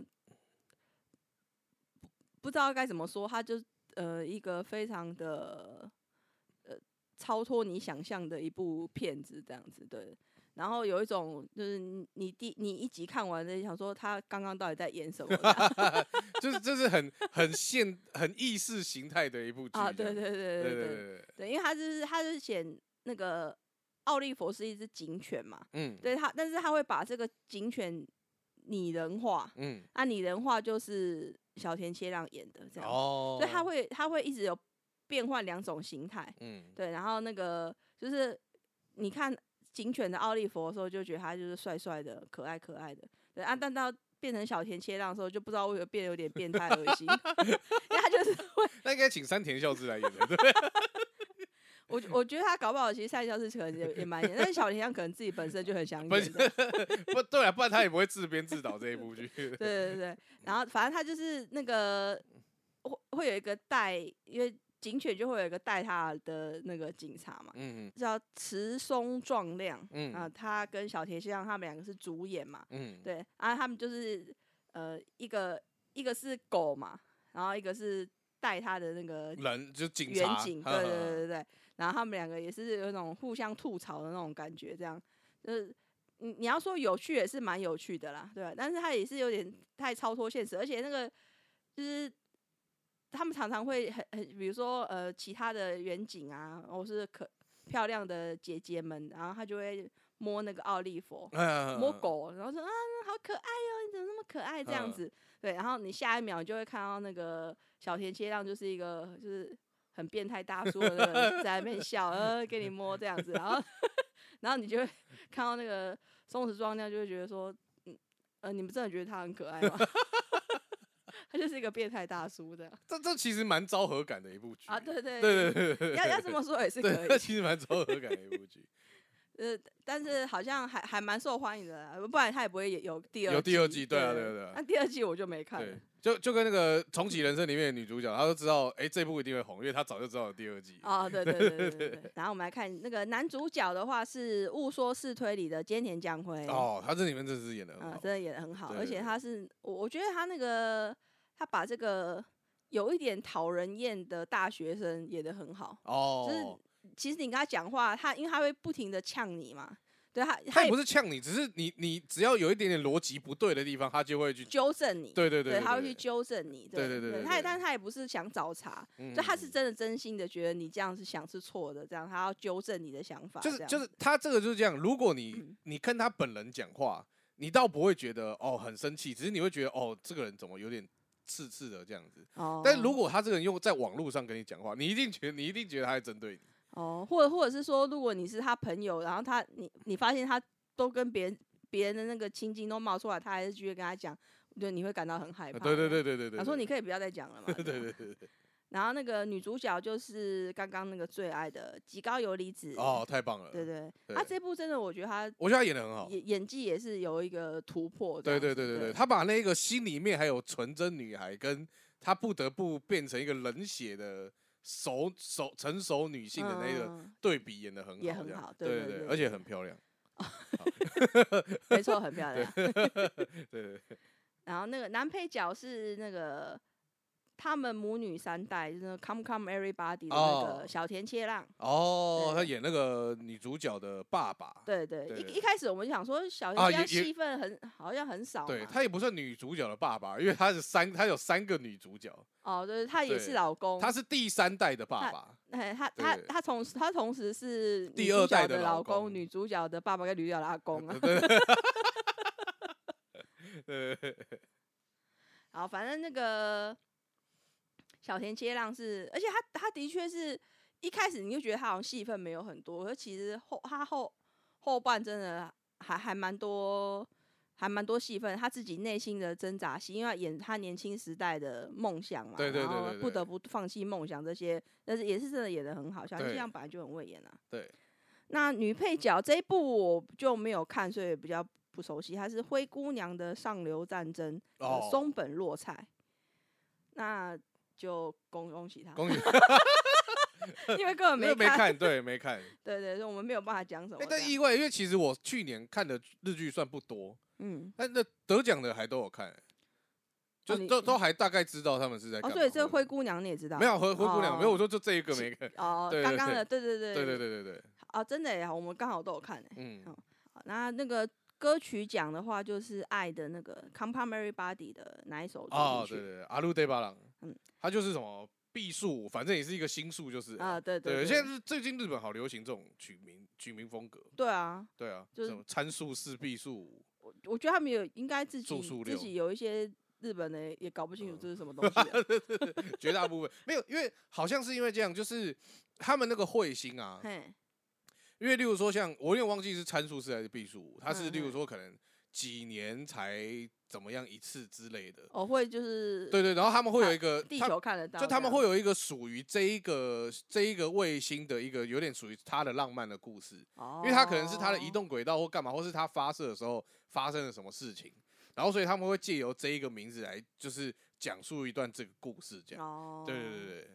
不知道该怎么说，他就呃一个非常的呃超脱你想象的一部片子这样子，对。然后有一种就是你第你一集看完了，想说他刚刚到底在演什么？ 就是就是很很现很意识形态的一部剧啊！ 对对对对对对对对，因为他就是他是写那个奥利佛是一只警犬嘛，嗯，对他，但是他会把这个警犬拟人化，嗯，啊拟人化就是小田切让演的这样，哦，所以他会他会一直有变换两种形态，嗯，对，然后那个就是你看警犬的奥利佛的时候，就觉得他就是帅帅的、可爱可爱的，对啊，但到变成小田切让的时候，就不知道为什么变得有点变态恶心，因为他就是会， 那应该请山田孝之来演的，对。 我我觉得他搞不好其实山田孝之可能也也蛮演，但是小田可能自己本身就很想演的， 不对啊，不然他也不会自编自导这一部剧。 对对对，然后反正他就是那个会会有一个带，因为警犬就会有一个带他的那个警察嘛，嗯，叫池松壮亮，嗯啊，他跟小田切让他们两个是主演嘛，嗯，对，啊，他们就是呃一个一个是狗嘛，然后一个是带他的那个人，就警察， 远景，对对对对对，然后他们两个也是有那种互相吐槽的那种感觉，这样就是你你要说有趣也是蛮有趣的啦，对吧？但是他也是有点太超脱现实，而且那个就是他们常常会很很，比如说呃其他的远景啊，或是可漂亮的姐姐们，然后他就会摸那个奥利佛，摸狗，然后说啊好可爱哦，你怎么那么可爱这样子，对，然后你下一秒就会看到那个小田切让就是一个就是很变态大叔的那个在那边笑，呃给你摸这样子，然后然后你就会看到那个松弛壮亮就会觉得说，嗯呃你们真的觉得他很可爱吗？他就是一个变态大叔这样。 这这其实蛮昭和感的一部剧啊，对对对对对， 要要这么说也是可以。 这其实蛮昭和感的一部剧。 呃，但是好像还还蛮受欢迎的，不然他也不会有第二季。 有第二季，对啊，对啊，对啊。 那第二季我就没看了。 就就跟那个《重启人生》里面的女主角，她都知道，哎、欸，这部一定会红，因为她早就知道有第二季。 哦，对对对对对对。然后我们来看那个男主角的话是《误说式推理》的菅田将晖。 哦，他这里面真的是演的很好， 嗯，真的演的很好，而且他是我我觉得他那个他把这个有一点讨人厌的大学生演的很好。哦。就是其实你跟他讲话，他因为他会不停的呛你嘛。对他， 他也不是呛你，只是你你只要有一点点逻辑不对的地方，他就会去纠正你。 对对对， 他会去纠正你。对对对，他也但是他也不是想找茬，就他是真的真心的觉得你这样是想是错的，这样他要纠正你的想法。 就是就是他这个就是这样，如果你你跟他本人讲话，你倒不会觉得哦很生气，只是你会觉得哦这个人怎么有点刺刺的这样子。哦。但如果他这个人用在网络上跟你讲话，你一定觉得你一定觉得他在针对你。 哦，或者或者是说，如果你是他朋友，然后他你你发现他都跟别人别人的那个情景都冒出来，他还是继续跟他讲，对，你会感到很害怕。 对对对对对对。 他说你可以不要再讲了嘛。 对对对对对。 然后那个女主角就是刚刚那个最爱的吉高由里子。 哦，太棒了。 对对。他这部真的，我觉得他， 我觉得他演得很好， 演演技也是有一个突破。 对对对对对，他把那个心里面还有纯真女孩，跟他不得不变成一个冷血的。熟熟成熟女性的那个对比演得很好， 也很好， 对对对，而且很漂亮， 没错，很漂亮。 对。 然后那个男配角是那个他们母女三代，就是 Come Come Everybody 的那个小田切让。 哦，他演那个女主角的爸爸。 对对，一一开始我们想说小田切让戏份很好像很少。 对，他也不算女主角的爸爸，因为他是三，他有三个女主角。 哦，对，他也是老公， 他是第三代的爸爸。 哎，他他他同他同时是第二代的老公，女主角的爸爸跟女主角的阿公啊。对。好，反正那个小田切让是，而且他他的确是一开始你就觉得他好像戏份没有很多，可其实后他后后半真的还还蛮多。还蛮多戏份，他自己内心的挣扎戏，因为要演他年轻时代的梦想嘛， 对对对对对， 然后不得不放弃梦想这些，但是也是真的演得很好，小田切让本来就很会演啊。 对。 那女配角这一部我就没有看，所以比较不熟悉。她是灰姑娘的上流战争， 哦、 松本落菜，那就恭恭喜他， 恭喜。 因为根本没看， 没看，对，没看。 对对，所以我们没有办法讲什么、欸。 但意外，因为其实我去年看的日剧算不多，嗯，但那得奖的还都有看、欸，就、哦、都都还大概知道他们是在干嘛。 哦，所以这灰姑娘你也知道？ 没有灰灰姑娘，哦、没有，我说就这一个没看。 哦，刚刚的，对对对， 对对对对对。 哦，真的耶，我们刚好都有看耶。嗯，好，那那个歌曲奖的话，就是爱的那个《Compound Everybody》的哪一首主题曲？ 哦，对对对，阿鲁德巴郎，嗯，他就是什么？毕宿，反正也是一个新宿，就是啊，对 对, 对, 对。现在是最近日本好流行这种取名取名风格。 对啊， 对啊，就是什么参数式毕宿。 我我觉得他们有应该自己自己有一些日本的也搞不清楚这是什么东西、啊。 对对对，绝大部分没有，因为好像是因为这样，就是他们那个彗星啊，因为例如说像我有点忘记是参数式还是毕宿，它是例如说可能几年才怎么样一次之类的。 哦，会就是对对，然后他们会有一个地球看得到， 就他们会有一个属于这一个这一个卫星的一个有点属于它的浪漫的故事，哦、因为它可能是它的移动轨道或干嘛，或是它发射的时候发生了什么事情，然后所以他们会借由这一个名字来就是讲述一段这个故事，这样。哦，对对对对。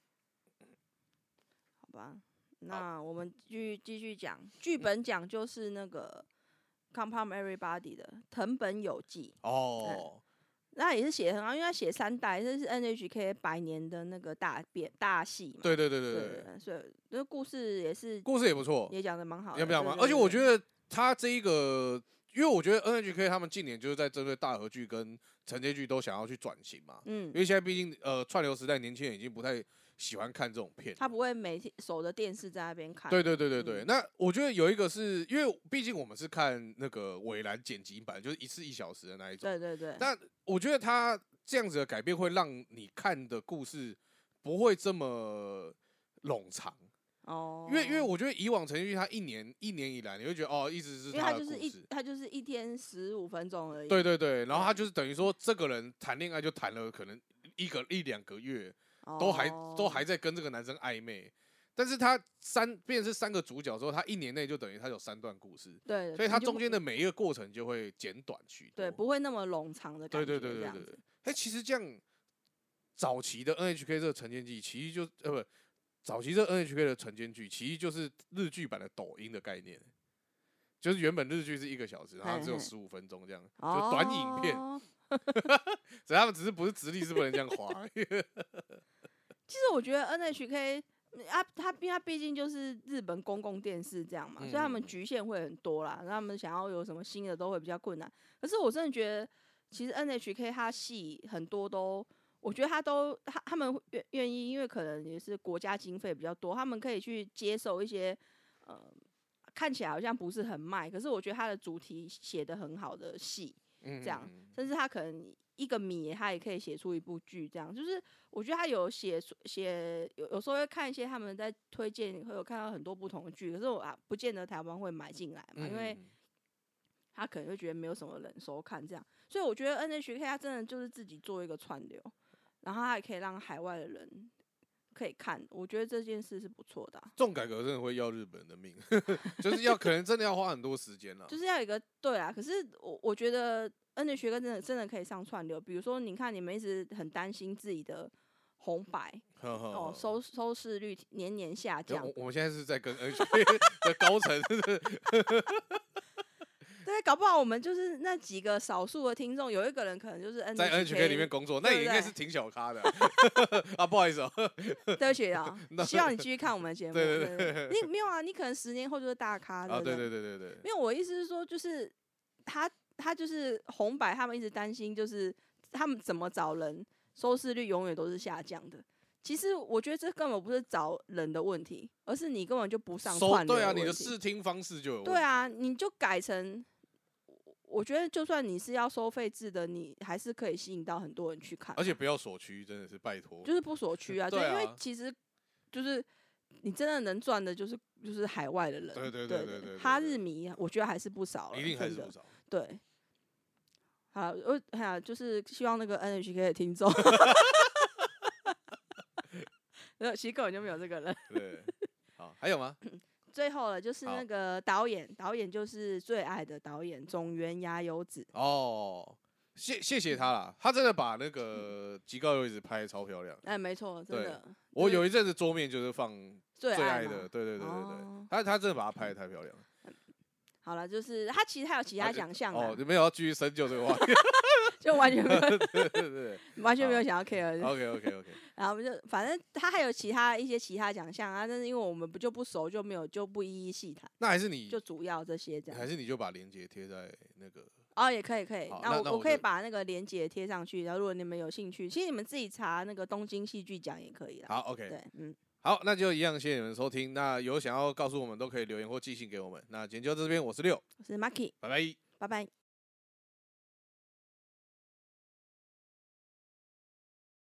好吧，那我们继续继续讲剧本奖，就是那个。Compound Everybody 的藤本有纪哦、嗯，那也是写很好，因为他写三代，这是 N H K 百年的那个大变大戏嘛。 对对对对 对, 对, 对，所以这故事也是故事也不错， 也讲的蛮好的， 也不讲嘛。而且我觉得他这一个，因为我觉得 N H K 他们近年就是在针对大河剧跟承接剧都想要去转型嘛，嗯，因为现在毕竟呃串流时代，年轻人已经不太喜欢看这种片， 他不会每天守着电视在那边看。 对对对对对、嗯，那我觉得有一个是因为毕竟我们是看那个纬蓝剪辑版，就是一次一小时的那一种。 对对对。 但我觉得他这样子的改变会让你看的故事不会这么冗长。哦。因为因为我觉得以往陈奕迅他一年一年以来，你会觉得哦，一直是他的故事，因为他就是一他就是一天十五分钟而已。 对对对，然后他就是等于说这个人谈恋爱就谈了可能一个一两个月。都还都还在跟这个男生暧昧，但是他三变成是三个主角之后，他一年内就等于他有三段故事， 对， 所以他中间的每一个过程就会减短许多， 对，不会那么冗长的感觉。 对对对对对对。哎，其实这样早期的 N H K 这个晨间剧，其实就呃不，早期这 N H K 的晨间剧，其实就是日剧版的抖音的概念，就是原本日剧是一个小时，然后只有十五分钟这样，就短影片。哦所以他们只是不是直立是不能这样滑。 其实我觉得 N H K 啊，它它毕竟就是日本公共电视这样嘛，嗯、所以他们局限会很多啦。他们想要有什么新的都会比较困难。可是我真的觉得，其实 N H K 它戏很多都，我觉得他都他他们愿愿意，因为可能也是国家经费比较多，他们可以去接受一些呃看起来好像不是很卖，可是我觉得它的主题写得很好的戏。这样，甚至他可能一个米，他也可以写出一部剧。这样，就是我觉得他有写写有有时候会看一些他们在推荐，会有看到很多不同的剧。可是我啊，不见得台湾会买进来嘛，因为他可能会觉得没有什么人收看这样。所以我觉得 N H K 他真的就是自己做一个串流，然后他也可以让海外的人可以看。我觉得这件事是不错的、啊。 这种改革真的会要日本的命，就是要可能真的要花很多时间了。 就是要有一个对啊，可是我我觉得 N H K 真的真的可以上串流。比如说，你看你们一直很担心自己的红白呵呵哦收收视率年年下降。 我我们现在是在跟 N H K 的高层。 对，搞不好我们就是那几个少数的听众，有一个人可能就是 N H K, 在 N H K 里面工作，那也应该是挺小咖的 啊, 啊。不好意思哦， 对不起啊，希望你继续看我们的节目。对对 对, 对，你没有啊，你可能十年后就是大咖。 啊，对对对对对。 因为我意思是说，就是他他就是红白，他们一直担心，就是他们怎么找人，收视率永远都是下降的。其实我觉得这根本不是找人的问题，而是你根本就不上串流的问题。 对啊，你的视听方式就有问题。 对啊，你就改成。 我觉得就算你是要收费制的，你还是可以吸引到很多人去看， 而且不要锁区，真的是拜托， 就是不锁区啊， 对啊， 因为其实就是你真的能赚的，就是就是海外的人， 对对对对对， 哈日迷，我觉得还是不少了， 一定还是不少， 对。好，我还有就是希望那个 N H K 的听众，其实根本就没有这个人。 对，好，还有吗？ 最后了，就是那个导演，导演就是最爱的导演总原雅友子。 哦，谢谢谢他啦，他真的把那个极高优子拍得超漂亮。 哎，没错，真的。 我有一阵子桌面就是放最爱的，对对对对对，哦、他他真的把它拍得太漂亮了。 好了，就是他其实还有其他奖项哦，你没有要继续深究这个话题， 就完全没有， 对对对对， 完全没有想要 care。 OK OK OK。 然后就反正他还有其他一些其他奖项啊，但是因为我们不就不熟，就没有就不一一细谈。 那还是你就主要这些这样， 还是你就把链接贴在那个哦，也可以可以。那我我我可以把那个链接贴上去，然后如果你们有兴趣，其实你们自己查那个东京戏剧奖也可以啦。 好 OK。 对，嗯。 好，那就一样，谢谢你们收听。那有想要告诉我们，都可以留言或寄信给我们。那今天就到这边，我是六， 我是 Marky， 拜拜， 拜拜。